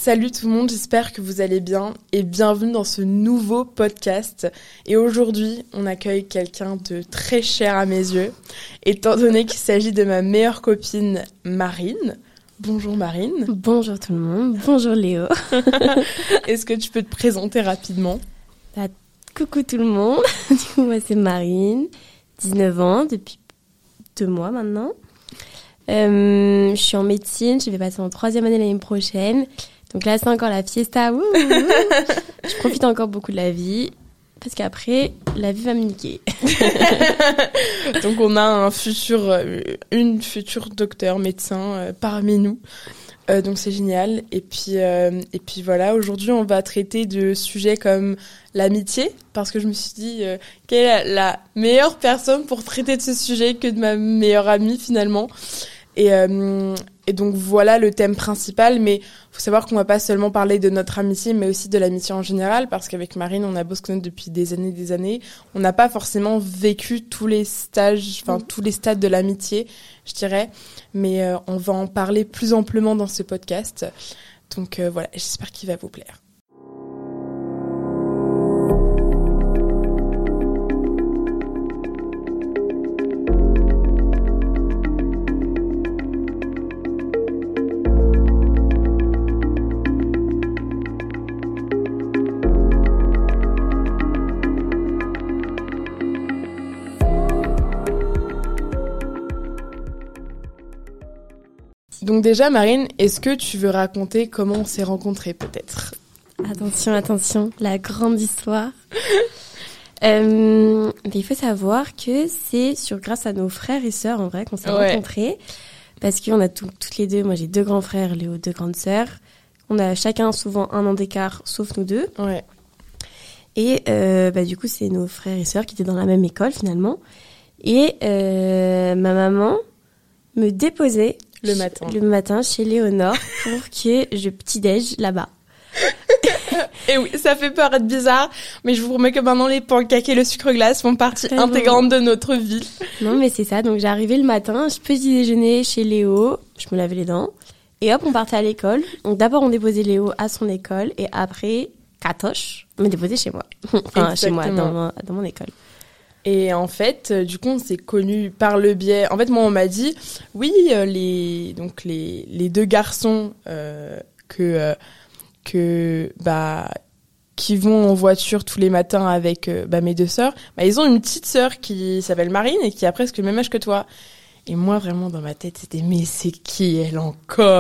Salut tout le monde, j'espère que vous allez bien et bienvenue dans ce nouveau podcast. Et aujourd'hui, on accueille quelqu'un de très cher à mes yeux, étant donné qu'il s'agit de ma meilleure copine Marine. Bonjour Marine. Bonjour tout le monde, bonjour Léo. Est-ce que tu peux te présenter rapidement ? Coucou tout le monde, du coup moi c'est Marine, 19 ans depuis 2 mois maintenant. Je suis en médecine, je vais passer en 3e année l'année prochaine. Donc là, c'est encore la fiesta. Je profite encore beaucoup de la vie. Parce qu'après, la vie va me niquer. Donc on a une future docteur, médecin parmi nous. Donc c'est génial. Et puis voilà, aujourd'hui on va traiter de sujets comme l'amitié. Parce que je me suis dit, quelle est la meilleure personne pour traiter de ce sujet que de ma meilleure amie finalement. Et donc voilà le thème principal, mais faut savoir qu'on va pas seulement parler de notre amitié, mais aussi de l'amitié en général, parce qu'avec Marine, on a beau se connaître depuis des années, on n'a pas forcément vécu tous les stades de l'amitié, je dirais, mais on va en parler plus amplement dans ce podcast. Donc voilà, j'espère qu'il va vous plaire. Donc déjà, Marine, est-ce que tu veux raconter comment on s'est rencontrés, peut-être ? Attention, la grande histoire. Mais il faut savoir que c'est grâce à nos frères et sœurs, en vrai, qu'on s'est rencontrés. Parce qu'on a toutes les deux, moi j'ai 2 grands frères, Léo, 2 grandes sœurs. On a chacun souvent 1 an d'écart, sauf nous 2. Ouais. Et du coup, c'est nos frères et sœurs qui étaient dans la même école, finalement. Et ma maman me déposait le matin chez Léonore pour que je petit-déj là-bas. Et oui, ça fait paraître bizarre, mais je vous promets que maintenant les pancakes et le sucre glace font partie intégrante de notre vie. Non, mais c'est ça. Donc j'arrivais le matin, petit déjeuner chez Léo, je me lavais les dents, et hop, on partait à l'école. Donc d'abord on déposait Léo à son école, et après, Katoche me déposait chez moi. Enfin, chez moi, dans mon école. Et en fait, du coup, on s'est connus par le biais... En fait, moi, on m'a dit, oui, les 2 garçons qui vont en voiture tous les matins avec mes 2 sœurs, ils ont une petite sœur qui s'appelle Marine et qui a presque le même âge que toi. Et moi, vraiment, dans ma tête, c'était, mais c'est qui elle encore ?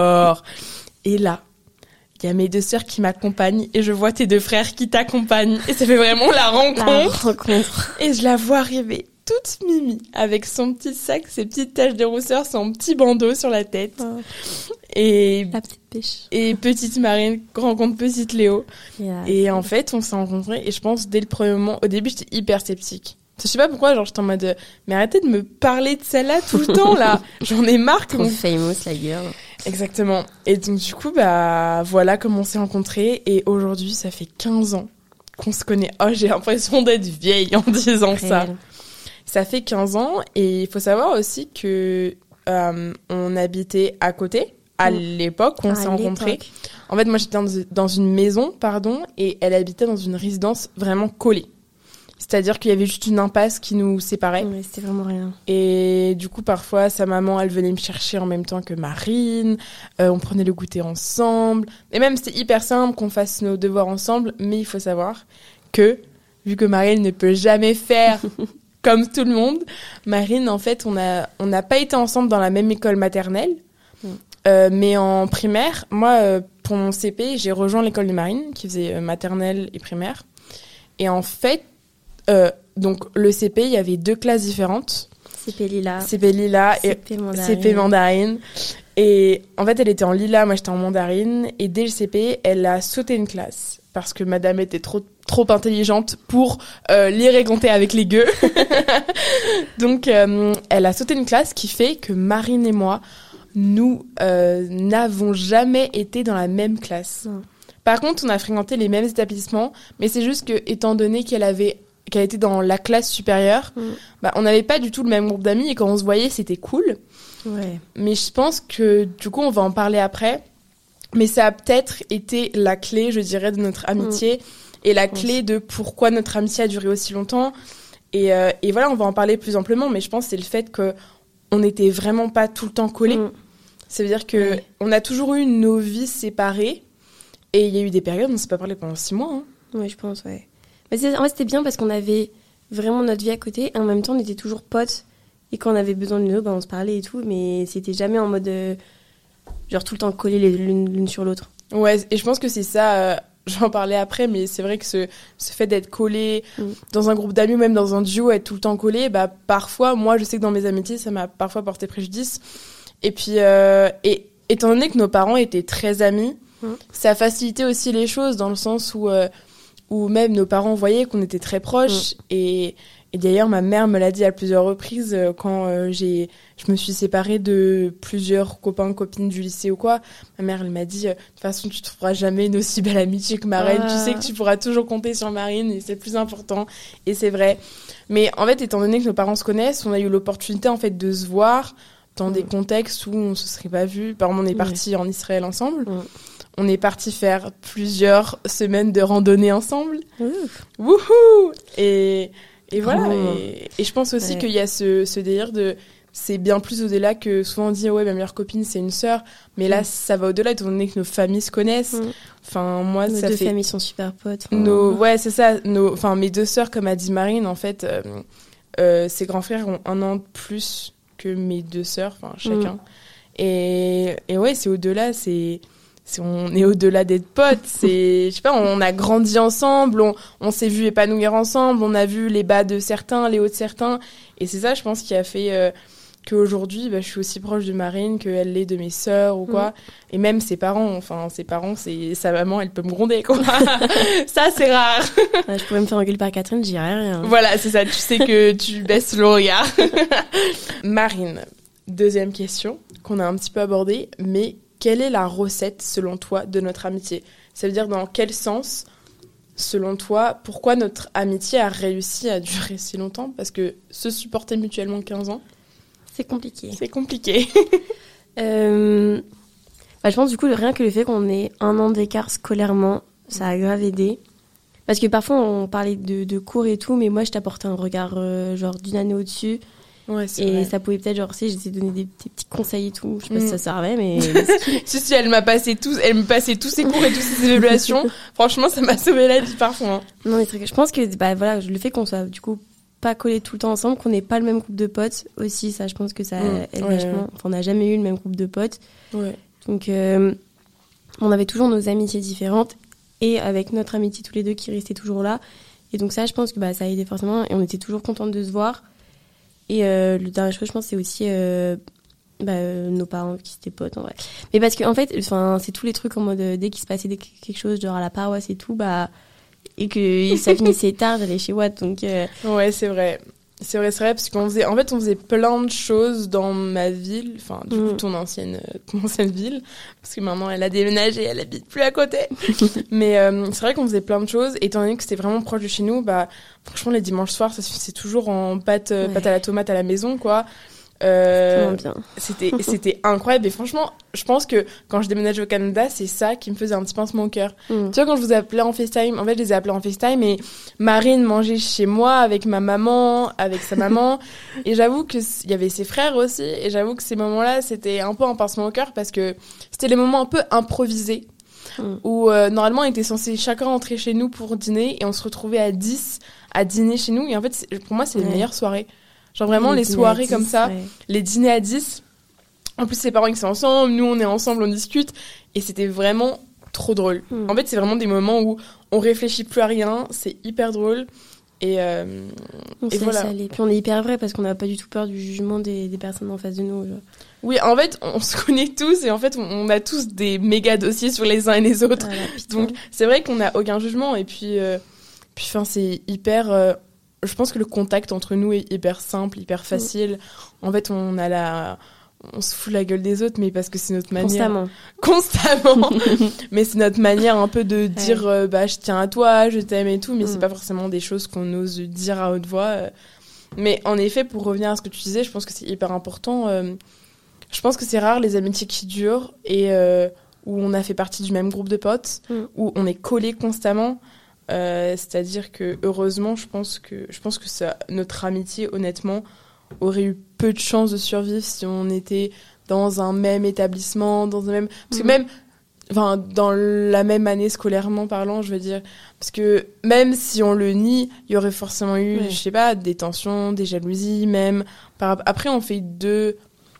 Et là, il y a mes 2 sœurs qui m'accompagnent et je vois tes 2 frères qui t'accompagnent. Et ça fait vraiment la rencontre. Et je la vois arriver toute mimi avec son petit sac, ses petites taches de rousseur, son petit bandeau sur la tête. Oh. Et la petite pêche. Et petite Marine rencontre petite Léo. Yeah, et en fait, on s'est rencontrés et je pense dès le premier moment, au début, j'étais hyper sceptique. Je sais pas pourquoi, j'étais en mode mais arrêtez de me parler de celle-là tout le temps là. J'en ai marre. Trop famous la gueule. Exactement. Et donc du coup voilà comment on s'est rencontrés et aujourd'hui ça fait 15 ans qu'on se connaît. Oh, j'ai l'impression d'être vieille en disant ça. Ça fait 15 ans et il faut savoir aussi que on habitait à côté à l'époque où on s'est rencontrés. En fait, moi j'étais dans une maison, et elle habitait dans une résidence vraiment collée. C'est-à-dire qu'il y avait juste une impasse qui nous séparait. Ouais, c'était vraiment rien. Et du coup, parfois, sa maman, elle venait me chercher en même temps que Marine. On prenait le goûter ensemble. Et même, c'était hyper simple qu'on fasse nos devoirs ensemble. Mais il faut savoir que, vu que Marine ne peut jamais faire comme tout le monde, Marine, en fait, on n'a pas été ensemble dans la même école maternelle. Mais en primaire, moi, pour mon CP, j'ai rejoint l'école de Marine, qui faisait maternelle et primaire. Et en fait, donc le CP, il y avait 2 classes différentes. CP Lila et CP Mandarine. Et en fait, elle était en Lila, moi j'étais en Mandarine. Et dès le CP, elle a sauté une classe parce que madame était trop intelligente pour lire et compter avec les gueux. Donc, elle a sauté une classe qui fait que Marine et moi, nous n'avons jamais été dans la même classe. Par contre, on a fréquenté les mêmes établissements, mais c'est juste que, étant donné qu'elle était dans la classe supérieure, on n'avait pas du tout le même groupe d'amis et quand on se voyait, c'était cool. Ouais. Mais je pense que, du coup, on va en parler après. Mais ça a peut-être été la clé, je dirais, de notre amitié et la clé de pourquoi notre amitié a duré aussi longtemps. Et voilà, on va en parler plus amplement, mais je pense que c'est le fait qu'on n'était vraiment pas tout le temps collés. Ça veut dire qu'on a toujours eu nos vies séparées et il y a eu des périodes où on ne s'est pas parlé pendant 6 mois. Hein. Oui, je pense, ouais. Mais en fait, c'était bien parce qu'on avait vraiment notre vie à côté et en même temps, on était toujours potes. Et quand on avait besoin de nous, on se parlait et tout, mais c'était jamais en mode genre tout le temps collés l'une sur l'autre. Ouais, et je pense que c'est ça, j'en parlais après, mais c'est vrai que ce fait d'être collé dans un groupe d'amis ou même dans un duo, être tout le temps collé, bah parfois, moi je sais que dans mes amitiés, ça m'a parfois porté préjudice. Et puis, et étant donné que nos parents étaient très amis, ça facilitait aussi les choses dans le sens où même nos parents voyaient qu'on était très proches et d'ailleurs, ma mère me l'a dit à plusieurs reprises quand je me suis séparée de plusieurs copains, copines du lycée ou quoi. Ma mère, elle m'a dit, de toute façon, tu trouveras jamais une aussi belle amitié que Marine. Tu sais que tu pourras toujours compter sur Marine et c'est le plus important. Et c'est vrai. Mais en fait, étant donné que nos parents se connaissent, on a eu l'opportunité en fait de se voir dans des contextes où on se serait pas vu. Par exemple, on est partis en Israël ensemble. On est partis faire plusieurs semaines de randonnée ensemble. Wouhou! Et voilà, et je pense aussi qu'il y a ce délire de... C'est bien plus au-delà que souvent on dit « Ouais, ma meilleure copine, c'est une sœur ». Mais là, ça va au-delà, étant donné que nos familles se connaissent. Enfin, moi, nos ça deux fait... familles sont super potes. Ouais, c'est ça. Enfin, mes deux sœurs, comme a dit Marine, en fait, ses grands frères ont 1 an de plus que mes 2 sœurs, enfin, chacun. Et ouais, c'est au-delà, on est au-delà d'être potes, je sais pas, on a grandi ensemble, on s'est vu épanouir ensemble, on a vu les bas de certains, les hauts de certains, et c'est ça, je pense, qui a fait qu'aujourd'hui, je suis aussi proche de Marine qu'elle l'est de mes sœurs ou quoi, et même ses parents, c'est sa maman, elle peut me gronder, quoi. Ça, c'est rare. Je pourrais me faire engueuler par Catherine, je dirais rien. Voilà, c'est ça, tu sais que tu baisses le regard. Marine, deuxième question, qu'on a un petit peu abordée, mais quelle est la recette, selon toi, de notre amitié ? Ça veut dire dans quel sens, selon toi, pourquoi notre amitié a réussi à durer si longtemps ? Parce que se supporter mutuellement 15 ans... C'est compliqué. C'est compliqué. Je pense du coup, rien que le fait qu'on ait 1 an d'écart scolairement, ça a grave aidé. Parce que parfois, on parlait de cours et tout, mais moi, je t'apportais un regard genre d'une année au-dessus. Ouais, c'est et vrai. Ça pouvait peut-être j'essayais de donner des petits conseils et tout, je sais pas si ça servait, mais si elle me passait tous ses cours et toutes ses évaluations. Franchement, ça m'a sauvé la vie parfois, hein. Non, mais c'est vrai que je pense que voilà, le fait qu'on soit du coup pas collés tout le temps ensemble, qu'on n'ait pas le même groupe de potes aussi, ça je pense que ça aide vachement. Enfin, on n'a jamais eu le même groupe de potes, donc on avait toujours nos amitiés différentes et avec notre amitié tous les deux qui restait toujours là, et donc ça je pense que ça a aidé forcément, et on était toujours contentes de se voir. Et le dernier chose, je pense, c'est aussi nos parents qui étaient potes, en vrai. Mais parce que en fait, c'est tous les trucs en mode dès qu'il se passait quelque chose, genre à la paroisse et tout, et que ça finissait tard, j'allais chez Watt, donc... Ouais, c'est vrai. C'est vrai, parce qu'on faisait plein de choses dans ma ville, enfin, du coup, ton ancienne ville, parce que maintenant, elle a déménagé, elle habite plus à côté. Mais c'est vrai qu'on faisait plein de choses, étant donné que c'était vraiment proche de chez nous, franchement, les dimanches soirs, ça se finissait toujours en pâte à la tomate à la maison, quoi. Bien. C'était incroyable, et franchement, je pense que quand je déménageais au Canada, c'est ça qui me faisait un petit pincement au cœur. Tu vois, quand je vous appelais en FaceTime, en fait, je les ai appelés en FaceTime, et Marine mangeait chez moi avec ma maman, avec sa maman, et j'avoue que il y avait ses frères aussi, et j'avoue que ces moments-là, c'était un peu un pincement au cœur, parce que c'était les moments un peu improvisés, où normalement, on était censé chacun rentrer chez nous pour dîner, et on se retrouvait à 10 à dîner chez nous, et en fait, pour moi, c'est les meilleures soirées. Genre vraiment les soirées 10, comme ça, les dîners à 10. En plus, ses parents ils sont ensemble, nous on est ensemble, on discute. Et c'était vraiment trop drôle. En fait, c'est vraiment des moments où on réfléchit plus à rien, c'est hyper drôle. Et voilà. Et puis on est hyper vrai parce qu'on n'a pas du tout peur du jugement des personnes en face de nous. Genre. Oui, en fait, on se connaît tous et en fait, on a tous des méga dossiers sur les uns et les autres. Donc, c'est vrai qu'on n'a aucun jugement. Et puis c'est hyper... je pense que le contact entre nous est hyper simple, hyper facile. En fait, on se fout la gueule des autres, mais parce que c'est notre manière... Constamment. Mais c'est notre manière un peu de dire, je tiens à toi, je t'aime et tout, mais c'est pas forcément des choses qu'on ose dire à haute voix. Mais en effet, pour revenir à ce que tu disais, je pense que c'est hyper important. Je pense que c'est rare les amitiés qui durent, et où on a fait partie du même groupe de potes, où on est collés constamment. C'est-à-dire que heureusement, je pense que notre amitié, honnêtement, aurait eu peu de chances de survivre si on était dans un même établissement, parce que même, enfin, dans la même année scolairement parlant, je veux dire, parce que même si on le nie, il y aurait forcément eu, je sais pas, des tensions, des jalousies, même. Après, on fait deux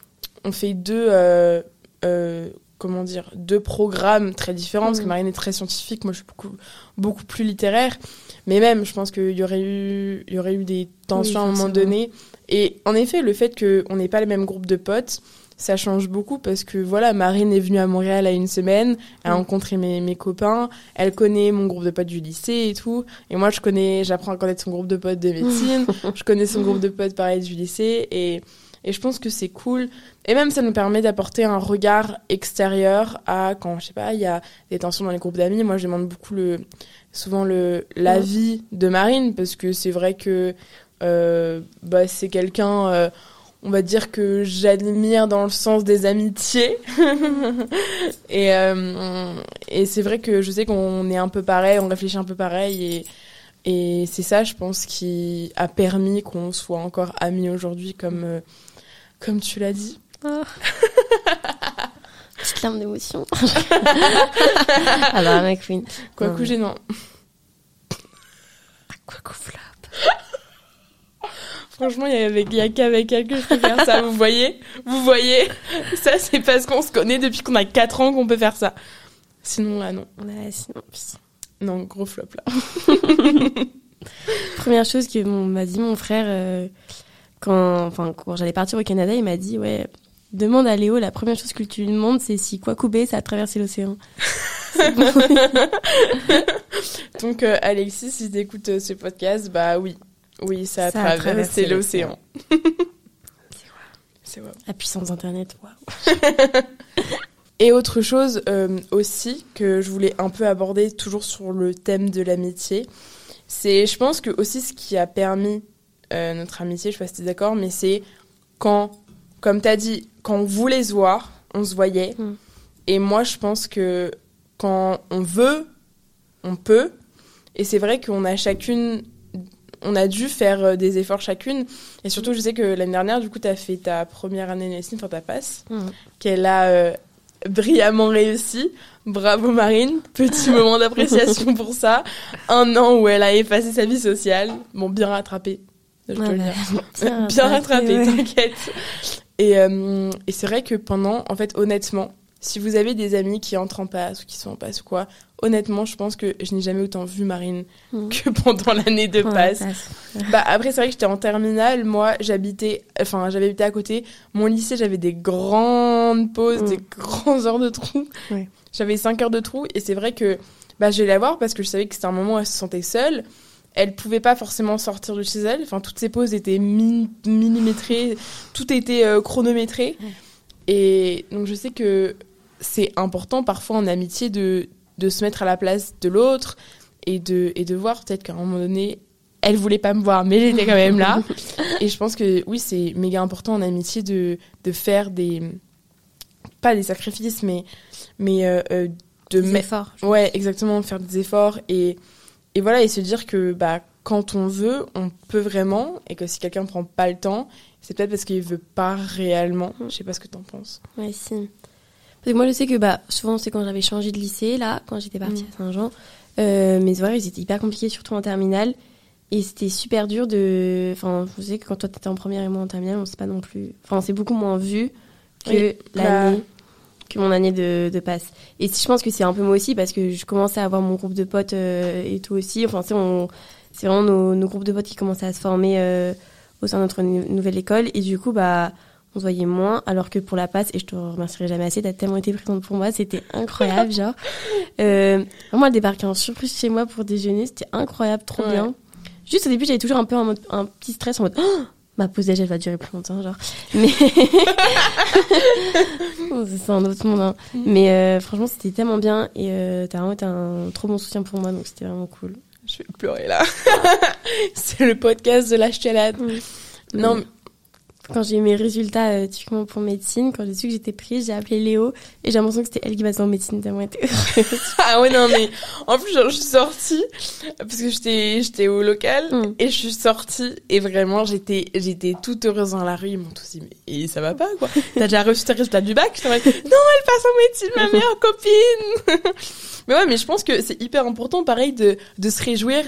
programmes très différents, parce que Marine est très scientifique, moi je suis beaucoup plus littéraire, mais même je pense qu'il y aurait eu des tensions à un moment donné, et en effet le fait qu'on n'ait pas le même groupe de potes, ça change beaucoup, parce que voilà, Marine est venue à Montréal à une semaine, elle a rencontré mes copains, elle connaît mon groupe de potes du lycée et tout, et moi j'apprends à connaître son groupe de potes de médecine, je connais son groupe de potes pareil du lycée, et je pense que c'est cool. Et même, ça nous permet d'apporter un regard extérieur à quand, je sais pas, il y a des tensions dans les groupes d'amis. Moi, je demande souvent l'avis de Marine, parce que c'est vrai que c'est quelqu'un, on va dire, que j'admire dans le sens des amitiés. Et c'est vrai que je sais qu'on est un peu pareil, on réfléchit un peu pareil, et c'est ça, je pense, qui a permis qu'on soit encore amis aujourd'hui, comme tu l'as dit. Oh. Petite larme d'émotion. Alors, ma queen. Quacou gênant. Quacou flop. Franchement, il y a qu'avec elle que je peux faire ça. Vous voyez, ça, c'est parce qu'on se connaît depuis qu'on a 4 ans qu'on peut faire ça. Sinon, là, non. Ouais, sinon, non, gros flop, là. Première chose que m'a dit mon frère... Quand j'allais partir au Canada, il m'a dit, demande à Léo, la première chose que tu lui demandes, c'est si Quacou Bay, ça a traversé l'océan. Bon. Donc, Alexis, si tu écoutes ce podcast, bah oui, ça a traversé l'océan. C'est vrai. La puissance d'Internet, waouh. Et autre chose aussi que je voulais un peu aborder, toujours sur le thème de l'amitié, c'est, je pense que aussi ce qui a permis notre amitié, je sais pas si t'es d'accord, mais c'est quand, comme t'as dit, quand on voulait se voir, on se voyait. Et moi, je pense que quand on veut, on peut. Et c'est vrai qu'on a dû faire des efforts chacune. Et surtout, je sais que l'année dernière, du coup, t'as fait ta première année de médecine, enfin ta passe, qu'elle a brillamment réussi. Bravo Marine, petit moment d'appréciation pour ça. 1 an où elle a effacé sa vie sociale. Bon, bien rattrapé. Je dois le dire. Bien rattrapé, t'inquiète. Et c'est vrai que en fait, honnêtement, si vous avez des amis qui entrent en passe ou qui sont en passe ou quoi, honnêtement, je pense que je n'ai jamais autant vu Marine que pendant l'année de passe. Après, c'est vrai que j'étais en terminale. Moi, j'avais habité à côté. Mon lycée, j'avais des grandes pauses, des grandes heures de trou. Ouais. J'avais 5 heures de trou. Et c'est vrai que je vais la voir parce que je savais que c'était un moment où elle se sentait seule. Elle pouvait pas forcément sortir de chez elle. Enfin, toutes ses pauses étaient millimétrées. Tout était chronométré. Et donc, je sais que c'est important parfois en amitié de se mettre à la place de l'autre et de voir peut-être qu'à un moment donné, elle voulait pas me voir, mais elle était quand même là. Et je pense que oui, c'est méga important en amitié de faire pas des sacrifices, mais des efforts. Ouais, exactement, faire des efforts et voilà, et se dire que quand on veut, on peut vraiment, et que si quelqu'un prend pas le temps, c'est peut-être parce qu'il veut pas réellement. Je sais pas ce que t'en penses. Ouais, si. Parce que moi, je sais que souvent, c'est quand j'avais changé de lycée, là, quand j'étais partie à Saint-Jean, mes horaires, ils étaient hyper compliqués, surtout en terminale. Et c'était super dur de... Enfin, je sais que quand toi, t'étais en première et moi en terminale, on sait pas non plus... Enfin, on s'est beaucoup moins vu que que mon année de passe. Et je pense que c'est un peu moi aussi, parce que je commençais à avoir mon groupe de potes et tout aussi. Enfin, c'est vraiment nos groupes de potes qui commençaient à se former au sein de notre nouvelle école. Et du coup, on se voyait moins, alors que pour la passe, et je te remercierai jamais assez, t'as tellement été présente pour moi, c'était incroyable, genre. Vraiment, elle débarquait en surprise chez moi pour déjeuner, c'était incroyable, trop bien. Juste au début, j'avais toujours un peu un petit stress en mode oh, ma pause déj, elle va durer plus longtemps, genre. Mais c'est un autre monde, hein. Mais franchement, c'était tellement bien et t'as vraiment été un trop bon soutien pour moi, donc c'était vraiment cool. Je vais pleurer là. C'est le podcast de la chelade. Non, quand j'ai eu mes résultats typiquement pour médecine, quand j'ai su que j'étais prise, j'ai appelé Léo et j'ai l'impression que c'était elle qui passait en médecine tellement elle était heureuse. Ah ouais, non, mais en plus, genre, je suis sortie parce que j'étais au local et je suis sortie et vraiment, j'étais toute heureuse dans la rue. Ils m'ont tous dit, mais et ça va pas, quoi. T'as déjà reçu tes résultats du bac? Non, elle passe en médecine, ma meilleure copine. Mais ouais, mais je pense que c'est hyper important, pareil, de se réjouir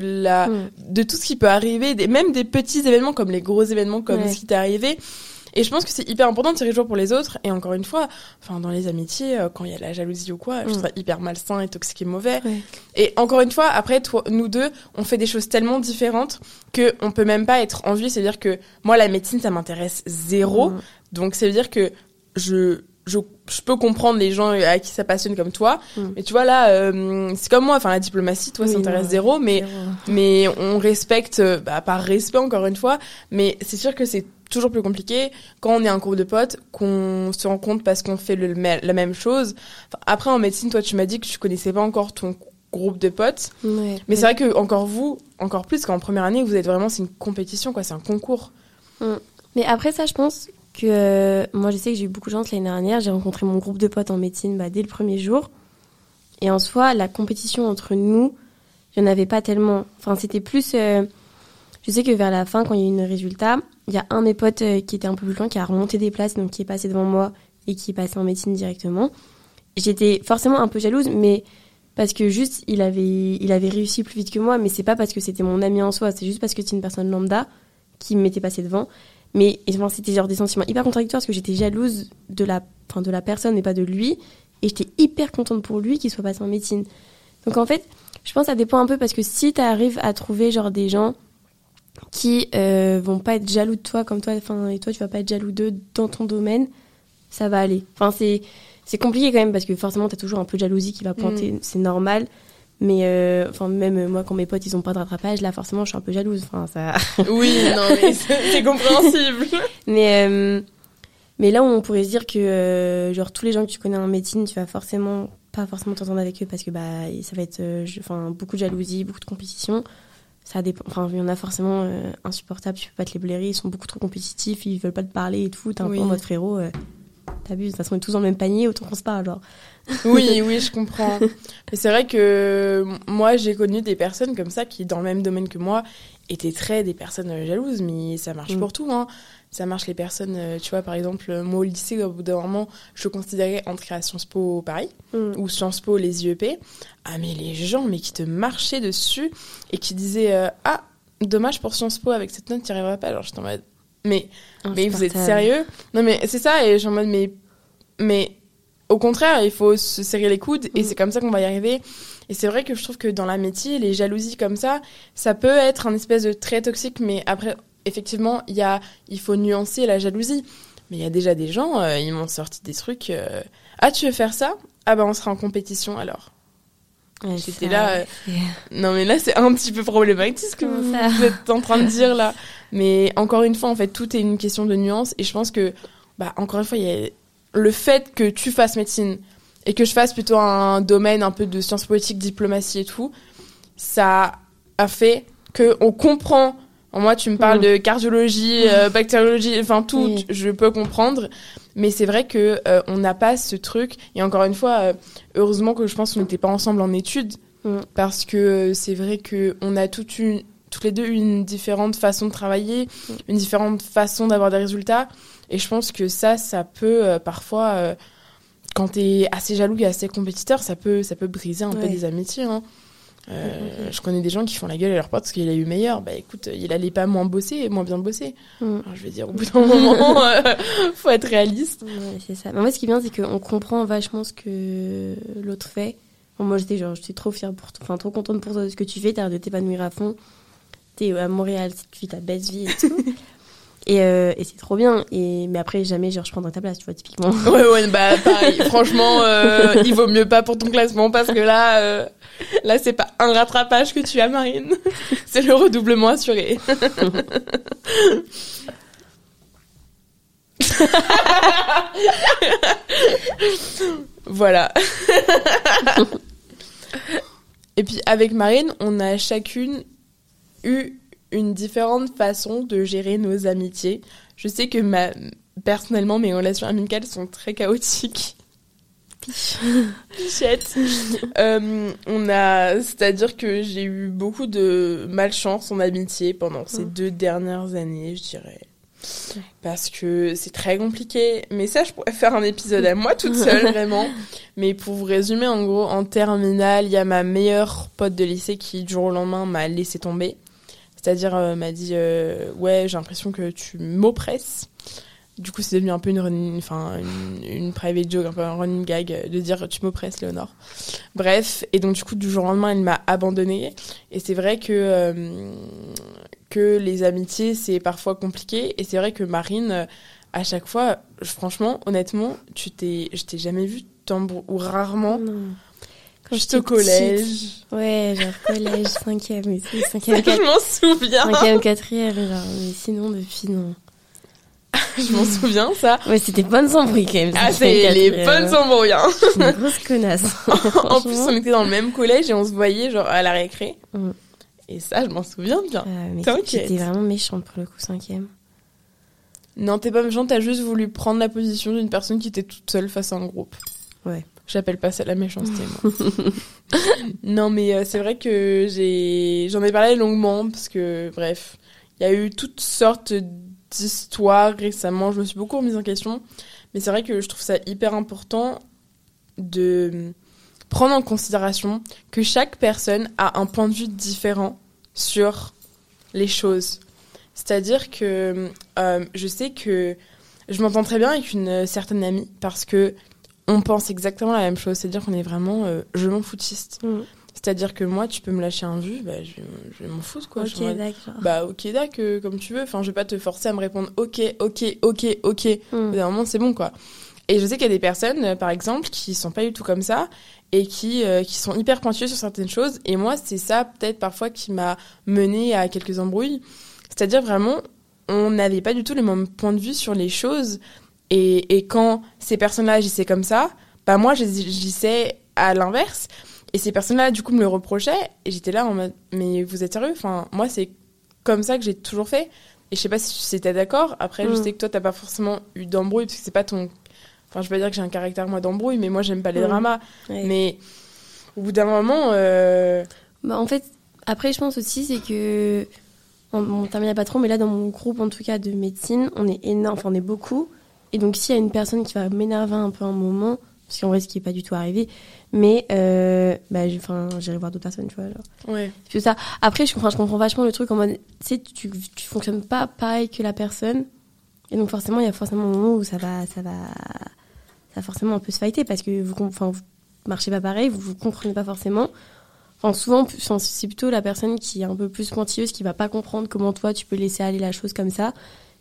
de tout ce qui peut arriver, même des petits événements comme les gros événements comme ce qui t'est arrivé. Et je pense que c'est hyper important de se réjouir pour les autres. Et encore une fois, enfin, dans les amitiés, quand il y a la jalousie ou quoi, je trouve ça hyper malsain et toxique et mauvais. Ouais. Et encore une fois, après, nous deux, on fait des choses tellement différentes que on peut même pas être envieux. C'est-à-dire que moi, la médecine, ça m'intéresse zéro. Donc, ça veut dire que je peux comprendre les gens à qui ça passionne comme toi. Mais tu vois, là, c'est comme moi. Enfin, la diplomatie, toi, ça t'intéresse zéro. Mais on respecte, par respect, encore une fois. Mais c'est sûr que c'est toujours plus compliqué quand on est un groupe de potes, qu'on se rencontre parce qu'on fait la même chose. Enfin, après, en médecine, toi, tu m'as dit que tu connaissais pas encore ton groupe de potes. Mais c'est vrai que encore plus qu'en première année, vous êtes vraiment, c'est une compétition, quoi. C'est un concours. Mais après ça, je pense que moi, je sais que j'ai eu beaucoup de chance l'année dernière. J'ai rencontré mon groupe de potes en médecine dès le premier jour. Et en soi, la compétition entre nous, il n'y en avait pas tellement. Enfin, c'était plus... je sais que vers la fin, quand il y a eu le résultat, il y a un de mes potes qui était un peu plus loin, qui a remonté des places, donc qui est passé devant moi et qui est passé en médecine directement. J'étais forcément un peu jalouse, mais parce que juste, il avait réussi plus vite que moi, mais c'est pas parce que c'était mon ami en soi, c'est juste parce que c'est une personne lambda qui m'était passée devant. Mais c'était genre des sentiments hyper contradictoires parce que j'étais jalouse de la personne et pas de lui. Et j'étais hyper contente pour lui qu'il soit passé en médecine. Donc en fait, je pense que ça dépend un peu parce que si t'arrives à trouver genre des gens qui vont pas être jaloux de toi comme toi, et toi tu vas pas être jaloux d'eux dans ton domaine, ça va aller. Enfin, c'est compliqué quand même parce que forcément t'as toujours un peu de jalousie qui va pointer, c'est normal. Mais même moi quand mes potes ils ont pas de rattrapage, là forcément je suis un peu jalouse. Enfin ça. Oui, non mais c'est compréhensible. mais là où on pourrait se dire que genre tous les gens que tu connais en médecine, tu vas pas forcément t'entendre avec eux parce que ça va être beaucoup de jalousie, beaucoup de compétition. Ça dépend. Enfin, il y en a forcément insupportables, tu peux pas te les blairer, ils sont beaucoup trop compétitifs, ils veulent pas te parler et tout. T'es un peu en mode frérot, t'abuses. De toute façon, on est tous dans le même panier, autant qu'on se parle, genre. Oui, je comprends. Mais c'est vrai que moi, j'ai connu des personnes comme ça qui, dans le même domaine que moi, étaient des personnes jalouses, mais ça marche pour tout, hein. Ça marche les personnes, tu vois, par exemple, moi au lycée, au bout d'un moment, je considérais entrer à Sciences Po Paris, ou Sciences Po les IEP. Ah, mais les gens, qui te marchaient dessus et qui disaient, dommage pour Sciences Po, avec cette note, tu n'y arriveras pas. Alors, j'étais en mode, mais vous êtes sérieux? Non, mais c'est ça, et je suis en mode, mais au contraire, il faut se serrer les coudes, et c'est comme ça qu'on va y arriver. Et c'est vrai que je trouve que dans l'amitié, les jalousies comme ça peut être un espèce de trait toxique, mais après, effectivement, il faut nuancer la jalousie. Mais il y a déjà des gens, ils m'ont sorti des trucs. Tu veux faire ça? Ah on sera en compétition alors. Ouais, j'étais là. Non mais là c'est un petit peu problématique ce que vous êtes en train de dire là. Mais encore une fois, en fait, tout est une question de nuance. Et je pense que, encore une fois, il y a le fait que tu fasses médecine et que je fasse plutôt un domaine un peu de sciences politiques, diplomatie et tout, ça a fait qu'on comprend. Moi, tu me parles de cardiologie, bactériologie, enfin tout, je peux comprendre. Mais c'est vrai que on n'a pas ce truc. Et encore une fois, heureusement que je pense qu'on n'était pas ensemble en études, parce que c'est vrai que on a toutes les deux une différente façon de travailler, une différente façon d'avoir des résultats. Et je pense que ça peut parfois, quand t'es assez jaloux et assez compétiteur, ça peut briser un peu des amitiés. Hein. Je connais des gens qui font la gueule à leur pote parce qu'il a eu meilleur. Écoute, il allait pas moins bien bosser. Alors, je vais dire, au bout d'un moment, faut être réaliste. Ouais, c'est ça. Mais moi, ce qui est bien, c'est qu'on comprend vachement ce que l'autre fait. Bon, moi, j'étais trop fière trop contente pour toi de ce que tu fais. T'as l'air de t'épanouir à fond. T'es à Montréal, tu vis ta belle vie et tout. Et c'est trop bien. Mais après, jamais, je prendrai ta place, tu vois, typiquement. Ouais, pareil. Franchement, il vaut mieux pas pour ton classement parce que là, c'est pas un rattrapage que tu as, Marine. C'est le redoublement assuré. Voilà. Et puis, avec Marine, on a chacune eu une différente façon de gérer nos amitiés. je sais que personnellement, mes relations amicales sont très chaotiques. Pichette. C'est-à-dire que j'ai eu beaucoup de malchance en amitié pendant ces 2 dernières années, je dirais. Parce que c'est très compliqué. Mais ça, je pourrais faire un épisode à moi toute seule, vraiment. Mais pour vous résumer, en gros, en terminale, il y a ma meilleure pote de lycée qui, du jour au lendemain, m'a laissé tomber. C'est-à-dire, m'a dit ouais, j'ai l'impression que tu m'oppresses. Du coup, c'est devenu un peu une private joke, un peu un running gag de dire tu m'oppresses, Léonore. Bref, et donc du coup, du jour au lendemain, elle m'a abandonnée. Et c'est vrai que les amitiés, c'est parfois compliqué. Et c'est vrai que Marine, à chaque fois, franchement, honnêtement, je t'ai jamais vue ou rarement. Non. Quand j'étais au collège. Petite. Ouais, genre collège, 5e, mais c'est 5e, 4e. Je m'en souviens. 5e, 4e, genre, mais sinon, depuis, non. Je m'en souviens, ça. Ouais, c'était bonnes embrouilles, quand même. Ah, c'est les bonnes embrouilles, hein. Je suis une grosse connasse. En plus, on était dans le même collège et on se voyait, genre, à la récré. Et ça, je m'en souviens bien. Mais j'étais vraiment méchante, pour le coup, 5e. Non, t'es pas méchante, t'as juste voulu prendre la position d'une personne qui était toute seule face à un groupe. Ouais. J'appelle pas ça la méchanceté, moi. Non, mais c'est vrai que j'en ai parlé longuement, parce que, bref, il y a eu toutes sortes d'histoires récemment. Je me suis beaucoup remise en question. Mais c'est vrai que je trouve ça hyper important de prendre en considération que chaque personne a un point de vue différent sur les choses. C'est-à-dire que je sais que je m'entends très bien avec une certaine amie parce que on pense exactement la même chose. C'est-à-dire qu'on est vraiment je m'en foutiste. C'est-à-dire que moi, tu peux me lâcher un vu, bah, je vais m'en foutre, quoi. Ok, d'accord. Bah, ok, d'accord, comme tu veux. Enfin, je vais pas te forcer à me répondre ok. Au bout d'un moment, c'est bon, quoi. Et je sais qu'il y a des personnes, par exemple, qui sont pas du tout comme ça et qui sont hyper pointueuses sur certaines choses. Et moi, c'est ça, peut-être, parfois, qui m'a menée à quelques embrouilles. C'est-à-dire, vraiment, on n'avait pas du tout les mêmes points de vue sur les choses. Et quand ces personnes-là agissaient comme ça, bah, moi, j'agissais à l'inverse. Et ces personnes-là, du coup, me le reprochaient. Et j'étais là en mode, mais vous êtes sérieux ? Enfin, moi, c'est comme ça que j'ai toujours fait. Et je sais pas si c'était d'accord. Après, je sais que toi, t'as pas forcément eu d'embrouille, parce que c'est pas ton... Enfin, je veux pas dire que j'ai un caractère, moi, d'embrouille, mais moi, j'aime pas les dramas. Ouais. Mais au bout d'un moment... Bah, en fait, après, je pense aussi, c'est que... On termine pas trop, mais là, dans mon groupe, en tout cas, de médecine, on est énorme, enfin, on est beaucoup. Et donc, s'il y a une personne qui va m'énerver un peu un moment, parce qu'en vrai, ce qui est pas du tout arrivé, mais j'irai voir d'autres personnes, tu vois. Genre. Ouais. C'est ça. Après, je comprends vachement le truc en mode, tu sais, tu fonctionnes pas pareil que la personne. Et donc, forcément, il y a forcément un moment où ça va forcément un peu se fighter parce que vous marchez pas pareil, vous comprenez pas forcément. Enfin, souvent, c'est plutôt la personne qui est un peu plus pointilleuse qui va pas comprendre comment toi, tu peux laisser aller la chose comme ça.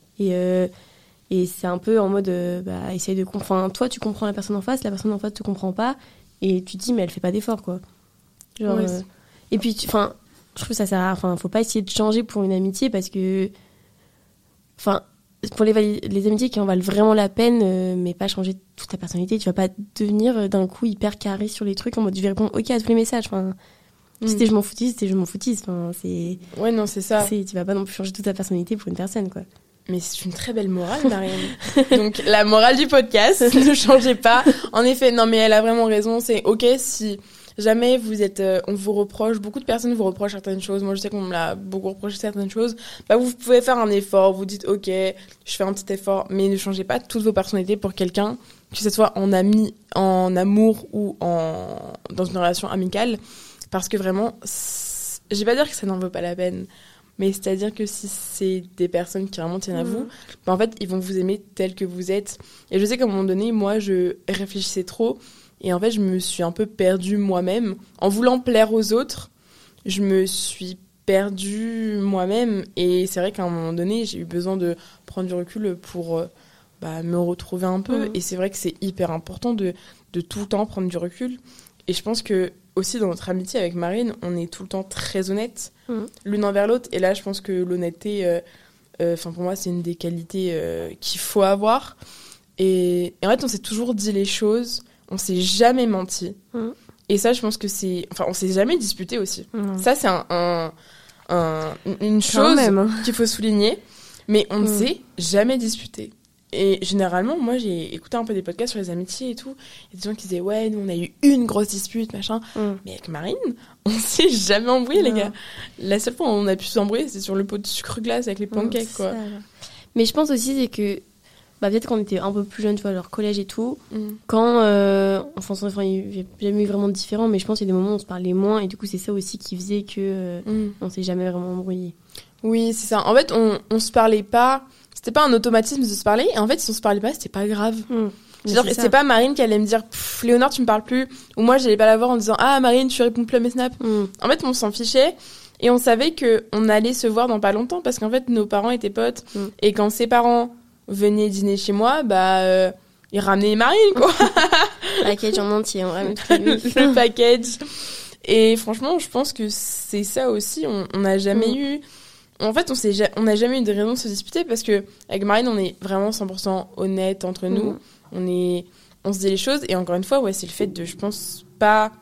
Et c'est un peu en mode, essaye de comprendre. Enfin, toi, tu comprends la personne en face te comprend pas. Et tu te dis, mais elle fait pas d'effort, quoi. Genre, ouais, et puis, je trouve que ça sert à... Enfin, faut pas essayer de changer pour une amitié parce que... Enfin, pour les amitiés qui en valent vraiment la peine, mais pas changer toute ta personnalité, tu vas pas devenir d'un coup hyper carré sur les trucs en mode, je vais répondre ok à tous les messages. Enfin, c'était je m'en foutise. Enfin, c'est... Ouais, non, c'est ça. Tu vas pas non plus changer toute ta personnalité pour une personne, quoi. Mais c'est une très belle morale, Marianne. Donc, la morale du podcast, ne changez pas. En effet, non, mais elle a vraiment raison. C'est ok si jamais vous êtes, on vous reproche, beaucoup de personnes vous reprochent certaines choses. Moi, je sais qu'on me l'a beaucoup reproché certaines choses. Bah, vous pouvez faire un effort. Vous dites, ok, je fais un petit effort. Mais ne changez pas toutes vos personnalités pour quelqu'un, que ce soit en ami, en amour ou dans une relation amicale. Parce que vraiment, je vais pas dire que ça n'en vaut pas la peine. Mais c'est-à-dire que si c'est des personnes qui vraiment tiennent à vous, bah en fait, ils vont vous aimer tel que vous êtes. Et je sais qu'à un moment donné, moi, je réfléchissais trop. Et en fait, je me suis un peu perdue moi-même. En voulant plaire aux autres, je me suis perdue moi-même. Et c'est vrai qu'à un moment donné, j'ai eu besoin de prendre du recul pour me retrouver un peu. Et c'est vrai que c'est hyper important de tout le temps prendre du recul. Et je pense que aussi dans notre amitié avec Marine, on est tout le temps très honnêtes l'une envers l'autre. Et là, je pense que l'honnêteté, pour moi, c'est une des qualités qu'il faut avoir. Et en fait, on s'est toujours dit les choses, on s'est jamais menti. Et ça, je pense que c'est... Enfin, on s'est jamais disputé aussi. Ça, c'est une chose qu'il faut souligner. mais on ne s'est jamais disputé. Et généralement, moi, j'ai écouté un peu des podcasts sur les amitiés et tout. Il y a des gens qui disaient, ouais, nous, on a eu une grosse dispute, machin. Mais avec Marine, on s'est jamais embrouillé, les gars. La seule fois où on a pu s'embrouiller, c'était sur le pot de sucre glace avec les pancakes, quoi. Mais je pense aussi, c'est que, peut-être qu'on était un peu plus jeunes, tu vois, leur collège et tout. Quand, enfin, il n'y a jamais eu vraiment de différent, mais je pense qu'il y a des moments où on se parlait moins. Et du coup, c'est ça aussi qui faisait que on s'est jamais vraiment embrouillé. Oui, c'est ça. En fait, on se parlait pas. C'était pas un automatisme de se parler. Et en fait, si on se parlait pas, c'était pas grave. C'était pas Marine qui allait me dire Léonore, tu me parles plus. Ou moi, j'allais pas la voir en disant ah, Marine, tu réponds plus à mes snaps. En fait, on s'en fichait. Et on savait qu'on allait se voir dans pas longtemps. Parce qu'en fait, nos parents étaient potes. Et quand ses parents venaient dîner chez moi, ils ramenaient Marine, quoi. Package en entier, on ramène le package. Et franchement, je pense que c'est ça aussi. On n'a jamais eu. En fait, on n'a jamais eu de raison de se disputer parce que avec Marine, on est vraiment 100% honnête entre nous. On se dit les choses et encore une fois, c'est le fait de, je pense, pas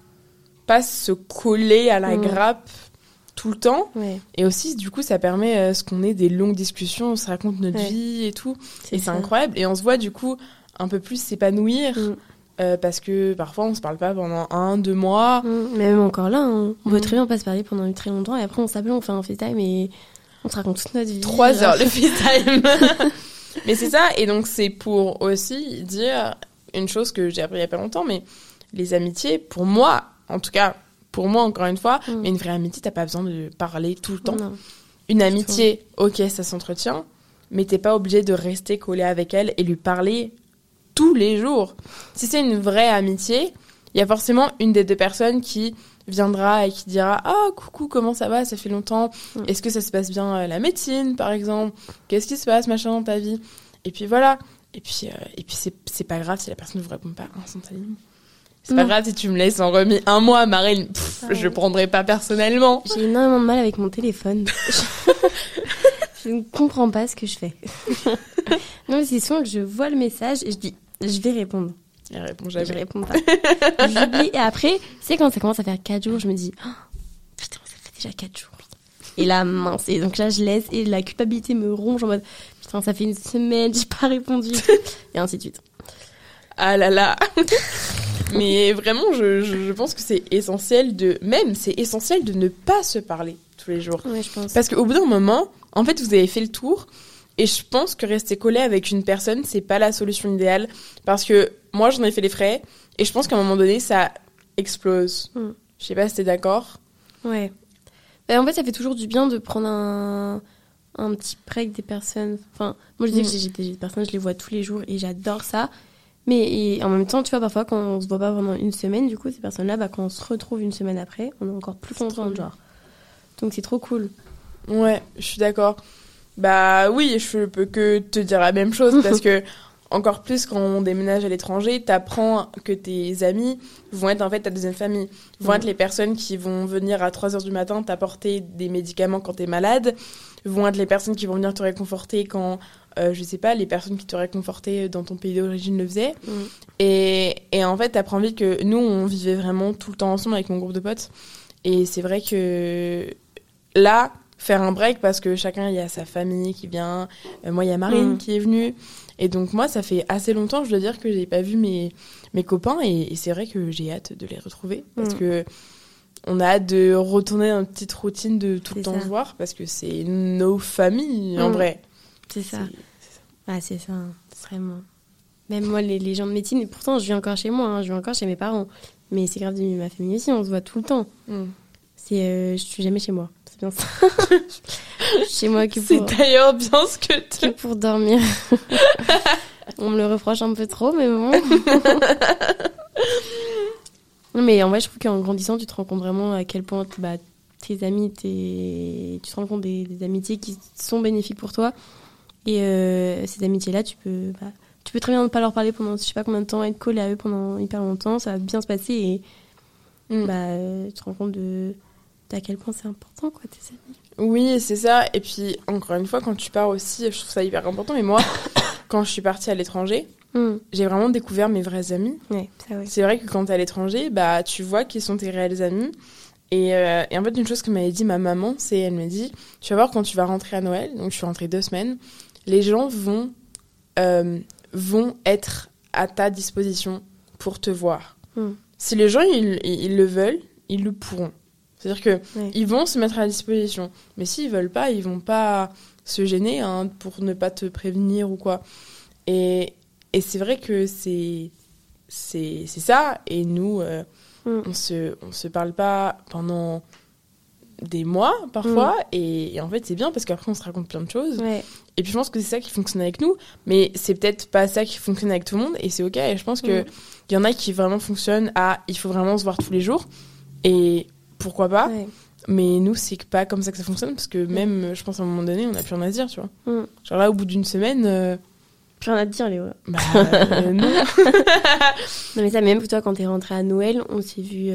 se coller à la grappe tout le temps. Et aussi, du coup, ça permet ce qu'on ait des longues discussions, on se raconte notre vie et tout. C'est incroyable. Et on se voit du coup un peu plus s'épanouir. Parce que parfois on se parle pas pendant 1-2 mois. Mais même encore là, on peut très bien pas se parler pendant très longtemps et après on s'appelle, on fait un FaceTime et on se raconte toute notre vie. 3 heures le FaceTime. Mais c'est ça, et donc c'est pour aussi dire une chose que j'ai appris il y a pas longtemps, mais les amitiés, pour moi, en tout cas, pour moi encore une fois, mais une vraie amitié, t'as pas besoin de parler tout le temps. Une amitié, ok, ça s'entretient, mais t'es pas obligé de rester collé avec elle et lui parler tous les jours. Si c'est une vraie amitié, il y a forcément une des deux personnes qui viendra et qui dira « Ah, coucou, comment ça va? Ça fait longtemps. Est-ce que ça se passe bien la médecine, par exemple? Qu'est-ce qui se passe, machin, dans ta vie ?» Et puis voilà. Et puis c'est pas grave si la personne ne vous répond pas instantanément. C'est pas grave si tu me laisses en remis 1 mois, Marine. Je prendrai pas personnellement. J'ai énormément de mal avec mon téléphone. Je ne comprends pas ce que je fais. Non, mais c'est souvent que je vois le message et je dis « Je vais répondre ». Elle répond jamais. Je réponds pas. J'oublie. Et après, quand ça commence à faire 4 jours, je me dis oh, putain, ça fait déjà 4 jours. Et là, mince. Et donc là, je laisse et la culpabilité me ronge en mode putain, ça fait 1 semaine, j'ai pas répondu. Et ainsi de suite. Ah là là. Mais vraiment, je pense que c'est essentiel de ne pas se parler tous les jours. Ouais, je pense. Parce qu'au bout d'un moment, en fait, vous avez fait le tour. Et je pense que rester collé avec une personne, c'est pas la solution idéale. Parce que moi, j'en ai fait les frais. Et je pense qu'à un moment donné, ça explose. Je sais pas si t'es d'accord. Ouais. En fait, ça fait toujours du bien de prendre un petit break des personnes. Enfin, moi, je dis que j'ai des personnes, je les vois tous les jours et j'adore ça. Mais en même temps, tu vois, parfois, quand on se voit pas pendant 1 semaine, du coup, ces personnes-là, quand on se retrouve 1 semaine après, on est encore plus content, genre. Donc, c'est trop cool. Ouais, je suis d'accord. Oui, je peux que te dire la même chose parce que encore plus quand on déménage à l'étranger, t'apprends que tes amis vont être en fait ta deuxième famille, vont être les personnes qui vont venir à 3h du matin t'apporter des médicaments quand t'es malade, vont être les personnes qui vont venir te réconforter quand, je sais pas, les personnes qui te réconfortaient dans ton pays d'origine le faisaient. Et en fait, t'apprends vite que nous, on vivait vraiment tout le temps ensemble avec mon groupe de potes. Et c'est vrai que là, faire un break parce que chacun, il y a sa famille qui vient. Moi, il y a Marine qui est venue. Et donc, moi, ça fait assez longtemps, je dois dire, que j'ai pas vu mes copains. Et c'est vrai que j'ai hâte de les retrouver. Parce que on a hâte de retourner dans une petite routine de tout le temps se voir. Parce que c'est nos familles, en vrai. C'est ça. Ah, c'est ça, vraiment. Même moi, les gens de médecine, et pourtant, je vis encore chez moi, je vis encore chez mes parents. Mais c'est grave de ma famille aussi, on se voit tout le temps. Je suis jamais chez moi. C'est bien ça. Chez moi que pour... C'est d'ailleurs bien ce que tu... Que pour dormir. On me le reproche un peu trop, mais bon. Mais en vrai, je trouve qu'en grandissant, tu te rends compte vraiment à quel point tes amis, tu te rends compte des amitiés qui sont bénéfiques pour toi. Et ces amitiés-là, tu peux très bien ne pas leur parler pendant je sais pas combien de temps, être collé à eux pendant hyper longtemps, ça va bien se passer et tu te rends compte à quel point c'est important, quoi, tes amis. Oui, c'est ça. Et puis, encore une fois, quand tu pars aussi, je trouve ça hyper important. Mais moi, quand je suis partie à l'étranger, j'ai vraiment découvert mes vrais amis. Ouais, ça, oui. C'est vrai que quand t'es à l'étranger, tu vois qui sont tes réels amis. Et en fait, une chose que m'avait dit ma maman, elle m'a dit, tu vas voir quand tu vas rentrer à Noël, donc je suis rentrée 2 semaines, les gens vont être à ta disposition pour te voir. Si les gens, ils le veulent, ils le pourront. C'est-à-dire que ils vont se mettre à la disposition. Mais s'ils veulent pas, ils vont pas se gêner pour ne pas te prévenir ou quoi. Et c'est vrai que c'est ça. Et nous, on se parle pas pendant des mois, parfois. Et en fait, c'est bien parce qu'après, on se raconte plein de choses. Ouais. Et puis, je pense que c'est ça qui fonctionne avec nous. Mais c'est peut-être pas ça qui fonctionne avec tout le monde. Et c'est OK. Et je pense qu'il y en a qui vraiment fonctionnent il faut vraiment se voir tous les jours. Et pourquoi pas. Mais nous, c'est pas comme ça que ça fonctionne. Parce que même, je pense, à un moment donné, on n'a plus rien à se dire, tu vois. Genre là, au bout d'une semaine... Plus rien à te dire, Léo. Bah, non. Non, mais ça, même toi, quand t'es rentrée à Noël, on s'est vu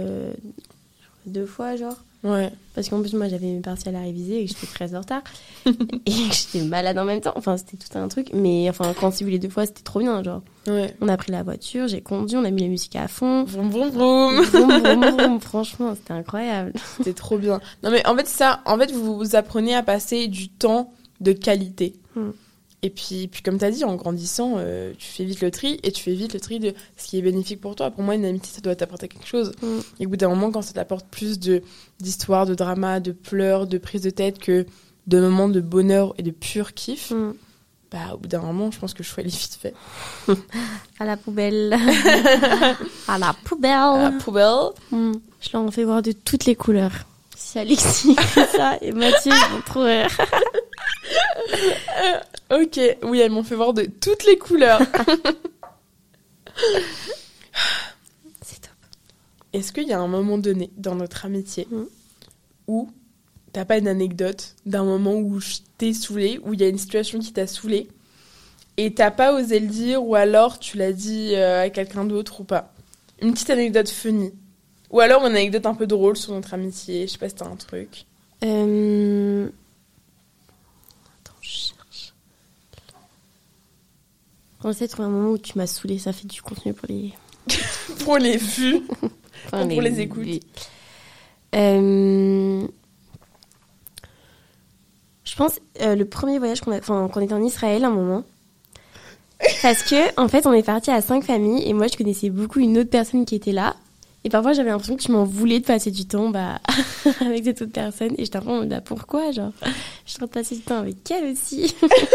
2 fois, genre. Ouais. Parce qu'en plus, moi, j'avais mes partiels à réviser et que j'étais très en retard. Et que j'étais malade en même temps. Enfin, c'était tout un truc. Mais enfin, quand on s'est vu les 2 fois, c'était trop bien, genre. Ouais. On a pris la voiture, j'ai conduit, on a mis la musique à fond. Vroom, vroom, vroom. Vroom, vroom, vroom. Franchement, c'était incroyable. C'était trop bien. Non, mais en fait, ça, vous apprenez à passer du temps de qualité. Et puis comme tu as dit, en grandissant, tu fais vite le tri et tu fais vite le tri de ce qui est bénéfique pour toi. Pour moi, une amitié, ça doit t'apporter quelque chose. Et au bout d'un moment, quand ça t'apporte plus d'histoire, de drama, de pleurs, de prise de tête que de moments de bonheur et de pur kiff, bah, au bout d'un moment, je pense que le choix est vite fait. À la poubelle. À la poubelle. À la poubelle. Je leur en fais voir de toutes les couleurs. Si Alexis fait ça et Mathieu, ils vont trop rire. Ok, oui, elles m'ont fait voir de toutes les couleurs. C'est top. Est-ce qu'il y a un moment donné dans notre amitié où t'as pas une anecdote d'un moment où je t'ai saoulée, où il y a une situation qui t'a saoulée et t'as pas osé le dire ou alors tu l'as dit à quelqu'un d'autre ou pas? Une petite anecdote funny. Ou alors une anecdote un peu drôle sur notre amitié. Je sais pas si t'as un truc. Attends, je cherche. On essaie de trouver un moment où tu m'as saoulée. Ça fait du contenu pour les... pour les vues. Enfin, pour les écoutes. Je pense le premier voyage qu'on était en Israël à un moment. Parce que, en fait, on est parti à 5 familles et moi, je connaissais beaucoup une autre personne qui était là. Et parfois, j'avais l'impression que tu m'en voulais de passer du temps avec cette autre personne. Et j'étais un peu en mode, pourquoi, genre, je suis en train de passer du temps avec elle aussi.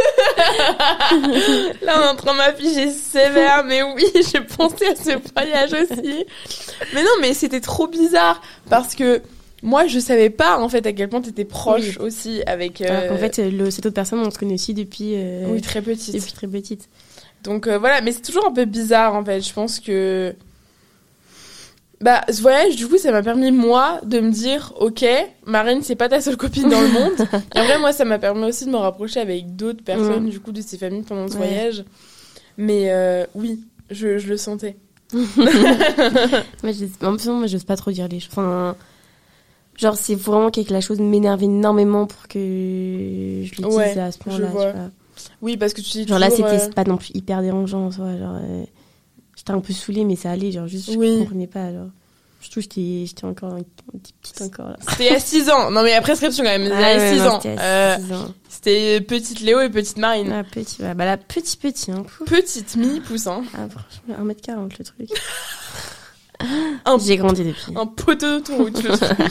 Là, on est en train de m'afficher sévère, mais oui, j'ai pensé à ce voyage aussi. Mais non, mais c'était trop bizarre parce que moi, je savais pas, en fait, à quel point t'étais proche aussi avec... Alors qu'en fait, cette autre personne, on se connaît aussi depuis... oui, très petite. Depuis très petite. Donc, voilà, mais c'est toujours un peu bizarre, en fait. Je pense que... Bah, ce voyage, du coup, ça m'a permis, moi, de me dire, ok, Marine, c'est pas ta seule copine dans le monde. Et en vrai, moi, ça m'a permis aussi de me rapprocher avec d'autres personnes, du coup, de ces familles pendant ce voyage. Mais oui, je le sentais. Moi, j'ose pas trop dire les choses. Enfin, genre, c'est vraiment que la chose m'énerve énormément pour que je le dise à ce point-là. Je vois. Oui, parce que tu dis genre toujours, là, c'était pas non plus hyper dérangeant en soi. Genre, j'étais un peu saoulée, mais ça allait. Genre, juste, je comprenais pas. Genre. Surtout, j'étais encore petite encore là. C'était à 6 ans. Non, mais après prescription quand même. C'était 6 ans. C'était à 6 ans. C'était petite Léo et petite Marine. Ah, petit, ouais. Bah là, petit, hein. Petite mini-pouce, hein. Ah, franchement, 1m40 le truc. J'ai grandi depuis. Un poteau d'autoroute, le truc.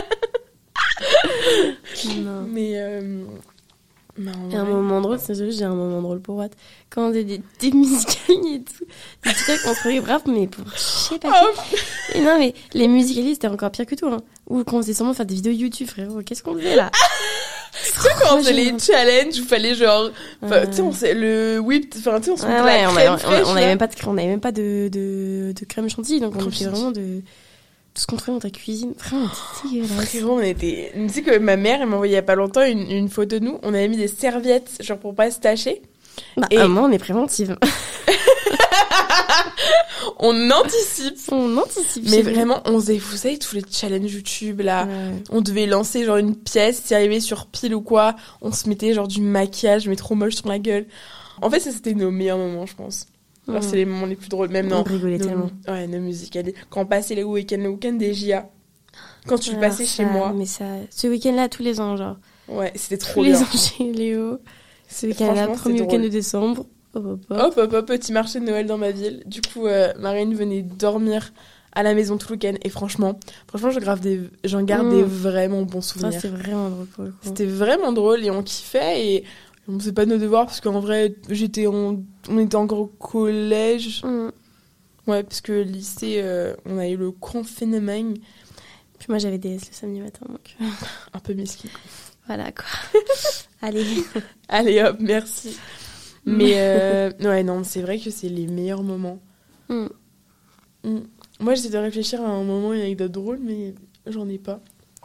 Non. Mais et un moment drôle, c'est sûr, j'ai un moment drôle pour Watt. Quand on faisait des musicaliers et tout, des trucs qu'on se chorégraphe, mais pour je sais pas qui. Et non, mais les musicaliers, c'était encore pire que tout, hein. Ou qu'on faisait sûrement faire des vidéos YouTube, frérot. Qu'est-ce qu'on faisait, là? Tu sais, quand on faisait les challenges, où fallait genre, tu sais, on sait, le whip, enfin, tu sais, on se mettait la crème fraîche. On avait même pas de crème chantilly, donc on était vraiment de tout ce qu'on trouvait dans ta cuisine. Vraiment, c'était dégueulasse. Frérot, on était... Tu sais que ma mère, elle m'a envoyé il y a pas longtemps une photo de nous. On avait mis des serviettes, genre pour pas se tacher. Bah, moi, on est préventive. On anticipe. Mais vraiment, on faisait, vous savez, tous les challenges YouTube, là. Ouais. On devait lancer, genre, une pièce, si arrivait sur pile ou quoi. On se mettait, genre, du maquillage, mais trop moche sur la gueule. En fait, ça, c'était nos meilleurs moments, je pense. Alors, c'est les moments les plus drôles. Même on rigolait tellement. Ouais, nos musiques. Quand on passait le week-end des JA. quand tu le passais chez moi. Mais ça, ce week-end-là, tous les ans, genre. Ouais, c'était trop tous bien. Les ans chez Léo. Ce week-end-là, premier week-end de décembre. Hop, petit marché de Noël dans ma ville. Du coup, Marine venait dormir à la maison tout le week-end. Et franchement, j'en garde des vraiment bons souvenirs. Ça, c'est vraiment drôle pour le coup. C'était vraiment drôle et on kiffait et on faisait pas nos devoirs parce qu'en vrai, on était encore au collège. Ouais, parce que lycée, on a eu le grand phénomène. Puis moi, j'avais DS le samedi matin, donc... Un peu miskin. Voilà, quoi. Allez. Allez, hop, merci. Mais ouais, non, c'est vrai que c'est les meilleurs moments. Moi, j'essaie de réfléchir à un moment, une anecdote drôle, mais j'en ai pas.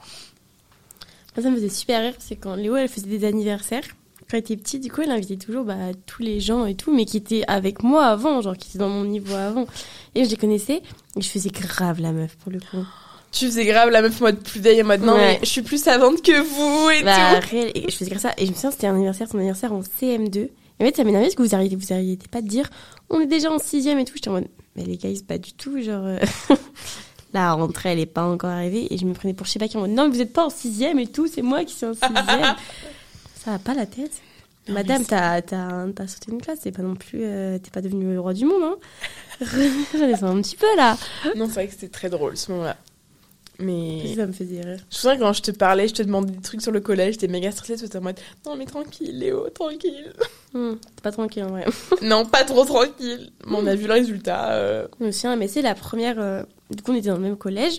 Moi, ça me faisait super rire, parce que quand Léo, elle faisait des anniversaires, quand elle était petite, du coup, elle invitait toujours tous les gens et tout, mais qui étaient avec moi avant, genre qui étaient dans mon niveau avant. Et je les connaissais, et je faisais grave la meuf, pour le coup. Tu faisais grave la meuf mode plus vieille, en mode non, mais je suis plus savante que vous et tout. Réel, et je faisais grave ça. Et je me souviens, c'était ton anniversaire en CM2. Et en fait, ça m'énervait parce que vous arrêtez pas de dire, on est déjà en 6e et tout. J'étais en mode, mais les gars, c'est pas du tout, genre, la rentrée, elle est pas encore arrivée. Et je me prenais pour je sais pas qui en mode, non, mais vous êtes pas en 6e et tout, c'est moi qui suis en 6e. Ça va pas la tête. Non, madame, t'as sauté une classe, c'est pas non plus, t'es pas devenu le roi du monde, hein. Redescends un petit peu, là. Non, c'est vrai que c'était très drôle, ce moment-là. Mais ça me faisait rire. Je me souviens quand je te parlais, je te demandais des trucs sur le collège, j'étais méga stressée, tu étais en mode non mais tranquille Léo, tranquille. T'es pas tranquille en vrai. Non, pas trop tranquille. Mais on a vu le résultat. Moi aussi, mais c'est la première. Du coup, on était dans le même collège.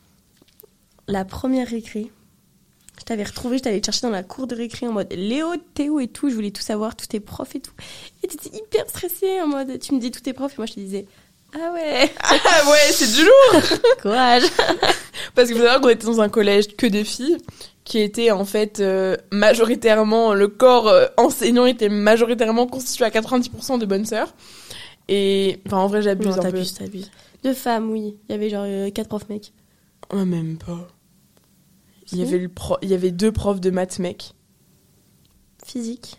La première récré. Je t'avais retrouvé, je t'avais cherché dans la cour de récré en mode Léo, Théo et tout. Je voulais tout savoir, tous tes profs et tout. Et t'étais hyper stressée en mode tu me dis tous tes profs et moi je te disais ah ouais. Ah ouais, c'est du lourd. Courage. Parce que vous savez qu'on était dans un collège que de filles, qui était en fait majoritairement, le corps enseignant était majoritairement constitué à 90% de bonnes sœurs. Et enfin en vrai j'abuse un peu. T'abuses. De femmes, oui. Il y avait genre 4 profs mecs. Oh, même pas. Il y avait 2 profs de maths mecs. Physique.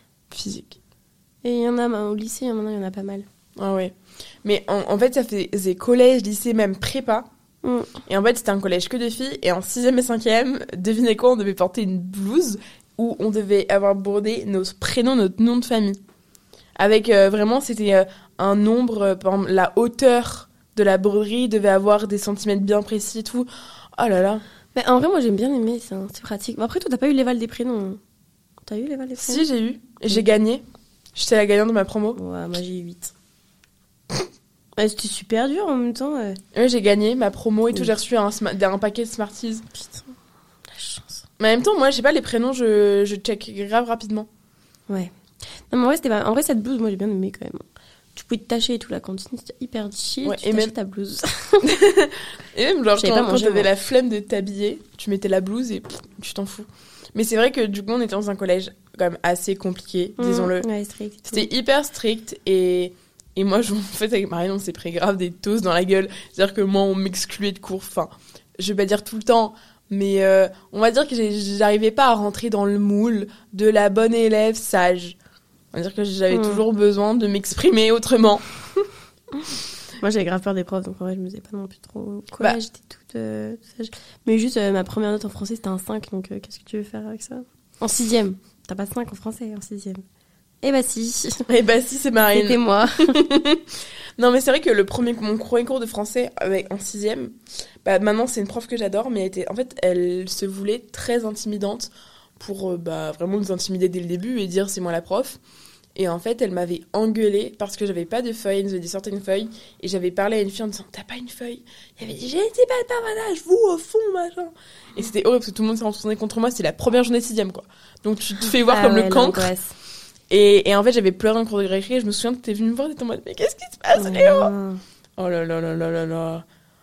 Et il y en a au lycée, maintenant il y en a pas mal. Ah ouais. Mais en fait, ça faisait collège, lycée, même prépa. Et en fait, c'était un collège que de filles. Et en 6e et 5e, devinez quoi, on devait porter une blouse où on devait avoir bordé nos prénoms, notre nom de famille. Avec vraiment, c'était un nombre, par exemple, la hauteur de la broderie devait avoir des centimètres bien précis et tout. Oh là là. Mais en vrai, moi, j'aime bien aimer ça, c'est pratique. Mais après, toi, t'as pas eu l'éval des prénoms. T'as eu l'éval des prénoms? Si, j'ai eu. Et j'ai gagné. J'étais la gagnante de ma promo. Ouais, moi, j'ai eu 8. C'était super dur en même temps. Ouais, j'ai gagné ma promo et tout. J'ai reçu un paquet de Smarties. Putain, la chance. Mais en même temps, moi, j'ai pas les prénoms, je check grave rapidement. Ouais. Non, mais en vrai, cette blouse, moi, j'ai bien aimé quand même. Tu pouvais te tâcher et tout, la cantine, c'était hyper chill. Ouais, tu tâchais ta blouse. Et même, genre, quand t'avais la flemme de t'habiller, tu mettais la blouse et tu t'en fous. Mais c'est vrai que du coup, on était dans un collège quand même assez compliqué, disons-le. Ouais, strict. C'était hyper strict et moi, en fait, avec Marine, on s'est pris grave des toasts dans la gueule. C'est-à-dire que moi, on m'excluait de cours. Enfin, je vais pas dire tout le temps, mais on va dire que j'arrivais pas à rentrer dans le moule de la bonne élève sage. On va dire que j'avais toujours besoin de m'exprimer autrement. Moi, j'avais grave peur des profs, donc en vrai, je me faisais pas non plus trop quoi. J'étais toute sage. Mais juste, ma première note en français, c'était un 5, donc qu'est-ce que tu veux faire avec ça? En 6e. T'as pas 5 en français, en 6e. Eh bah si. C'est Marine. C'était moi. Non, mais c'est vrai que mon premier cours de français en 6e, maintenant, c'est une prof que j'adore, mais elle se voulait très intimidante pour vraiment nous intimider dès le début et dire c'est moi la prof. Et en fait, elle m'avait engueulée parce que j'avais pas de feuille, elle nous avait dit sortez une feuille. Et j'avais parlé à une fille en disant t'as pas une feuille? Elle avait dit j'ai été pas le permanage, vous au fond, machin. Et c'était horrible parce que tout le monde s'est retourné contre moi, c'était la première journée 6e, quoi. Donc tu te fais voir comme le cancre. Et en fait, j'avais pleuré en cours de récré et je me souviens que t'es venue me voir et t'étais en mode mais qu'est-ce qui se passe, Léo? Oh là là là là là là.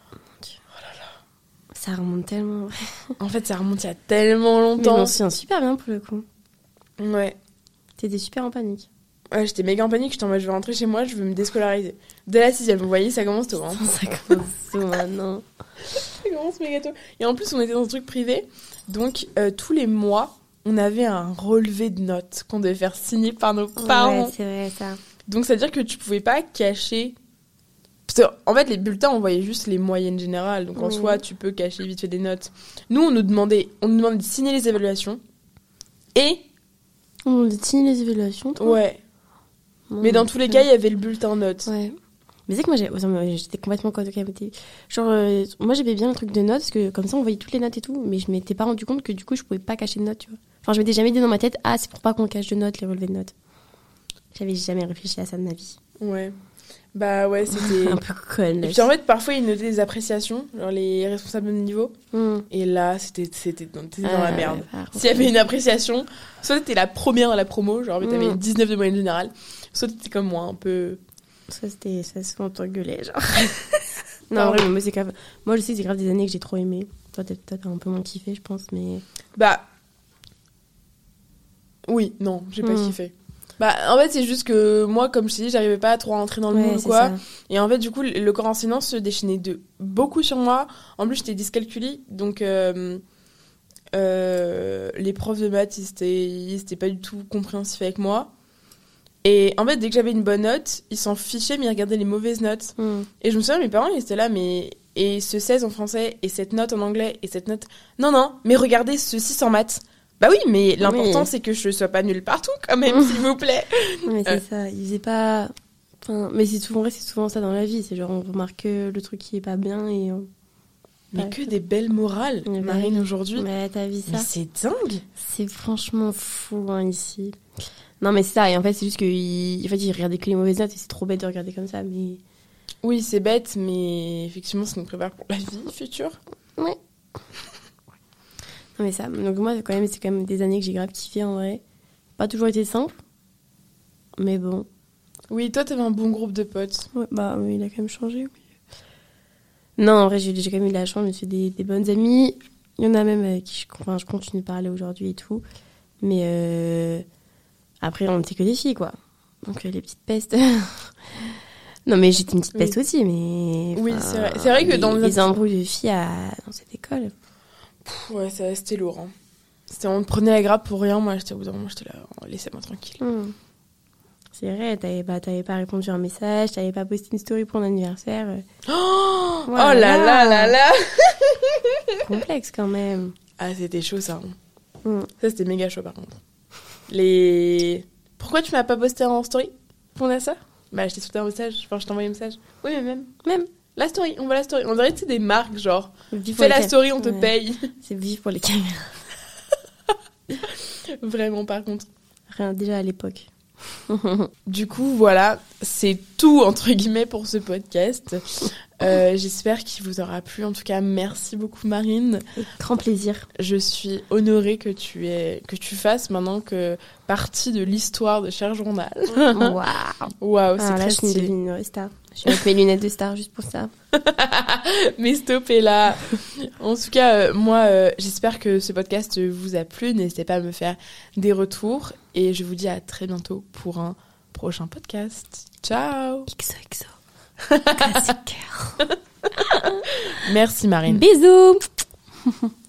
Ça remonte tellement. En fait, ça remonte il y a tellement longtemps. Mais on s'y sent super bien pour le coup. Ouais. T'étais super en panique. Ouais, j'étais méga en panique. J'étais en mode, je veux rentrer chez moi, je veux me déscolariser. Dès la 6e, vous voyez, ça commence tôt. Hein. Ça commence tôt maintenant. Ça commence méga tôt. Et en plus, on était dans un truc privé. Donc, tous les mois, on avait un relevé de notes qu'on devait faire signer par nos parents. Ouais, c'est vrai, ça. Donc, ça veut dire que tu pouvais pas cacher Parce qu'en fait, les bulletins, on voyait juste les moyennes générales. Donc, en soi, tu peux cacher vite fait des notes. Nous, on nous demandait de signer les évaluations. Et... On nous dit de signer les évaluations, toi ? Ouais. Mais dans tous les cas, il y avait le bulletin notes. Ouais. Mais c'est que moi, j'étais complètement côté. Genre, moi, j'aimais bien le truc de notes, parce que comme ça, on voyait toutes les notes et tout. Mais je m'étais pas rendu compte que du coup, je pouvais pas cacher de notes, tu vois. Enfin, je m'étais jamais dit dans ma tête, c'est pour pas qu'on cache de notes, les relevés de notes. J'avais jamais réfléchi à ça de ma vie. Ouais. Bah ouais, c'était... un peu conne. Et puis en fait, parfois, ils notaient des appréciations, genre les responsables de niveau. Et là, t'étais dans la merde. S'il y avait une appréciation, soit t'étais la première dans la promo, genre t'avais 19 de moyenne générale, soit t'étais comme moi, un peu... Ça se fait engueuler, genre. Non, vraiment, moi, c'est grave... Moi, je sais que c'est grave des années que j'ai trop aimé. Toi, t'as un peu moins kiffé, je pense, mais... Bah... Oui, non, j'ai pas kiffé. Bah, en fait, c'est juste que moi, comme je t'ai dit, j'arrivais pas à trop rentrer dans le moule, quoi. Ça. Et en fait, du coup, le corps enseignant se déchaînait beaucoup sur moi. En plus, j'étais dyscalculie, donc les profs de maths, ils étaient pas du tout compréhensifs avec moi. Et en fait, dès que j'avais une bonne note, ils s'en fichaient, mais ils regardaient les mauvaises notes. Et je me souviens, mes parents, ils étaient là, mais... Et ce 16 en français, et cette note en anglais, et cette note... Non, mais regardez ce 6 en maths. Bah oui, mais l'important, c'est que je sois pas nulle partout, quand même, s'il vous plaît. Mais c'est ça, ils faisaient pas... Enfin, mais c'est souvent ça dans la vie. C'est genre, on remarque le truc qui est pas bien et... Mais que des belles morales, Marine, aujourd'hui. Mais t'as vu ça ? Mais c'est dingue. C'est franchement fou, hein, ici. Non, mais c'est ça. Et en fait, c'est juste qu'ils regardaient que les mauvaises notes et c'est trop bête de regarder comme ça, mais... Oui, c'est bête, mais effectivement, ça nous prépare pour la vie future. Ouais. Non, mais ça... Donc moi, c'est quand même des années que j'ai grave kiffé, en vrai. Pas toujours été simple, mais bon. Oui, toi, t'avais un bon groupe de potes. Ouais, bah oui, il a quand même changé, oui. Non, en vrai, j'ai quand même eu de la chance, je me suis fait des bonnes amies. Il y en a même avec qui je continue de parler aujourd'hui et tout. Mais après, on n'était que des filles, quoi. Donc, les petites pestes. Non, mais j'étais une petite peste aussi, mais... Oui, c'est vrai. C'est vrai que dans les embrouilles de filles dans cette école... Ouais, c'était lourd. Hein. On me prenait la grappe pour rien. Moi, j'étais là, laissez-moi tranquille. C'est vrai, t'avais pas répondu à un message, t'avais pas posté une story pour ton anniversaire. Oh là là là là. Complexe quand même. Ah, c'était chaud ça. Ça, c'était méga chaud par contre. Pourquoi tu m'as pas posté en story pour ça? Bah, je t'ai sauté un message, je t'ai envoyé un message. Oui, mais même. La story, on voit la story. On dirait que c'est des marques, genre. Fais la story, on te paye. C'est vif pour les caméras. Vraiment, par contre. Rien, déjà à l'époque. Du coup, voilà, c'est tout entre guillemets pour ce podcast. J'espère qu'il vous aura plu. En tout cas, merci beaucoup Marine. Avec grand plaisir. Je suis honorée que tu fasses maintenant que partie de l'histoire de Cher Journal. Waouh, c'est très stylé. Je suis devenue une star. Je suis avec mes lunettes de star juste pour ça. Mais stoppez là. En tout cas, moi, j'espère que ce podcast vous a plu. N'hésitez pas à me faire des retours. Et je vous dis à très bientôt pour un prochain podcast. Ciao. XOXO. Classique. Merci Marine. Bisous.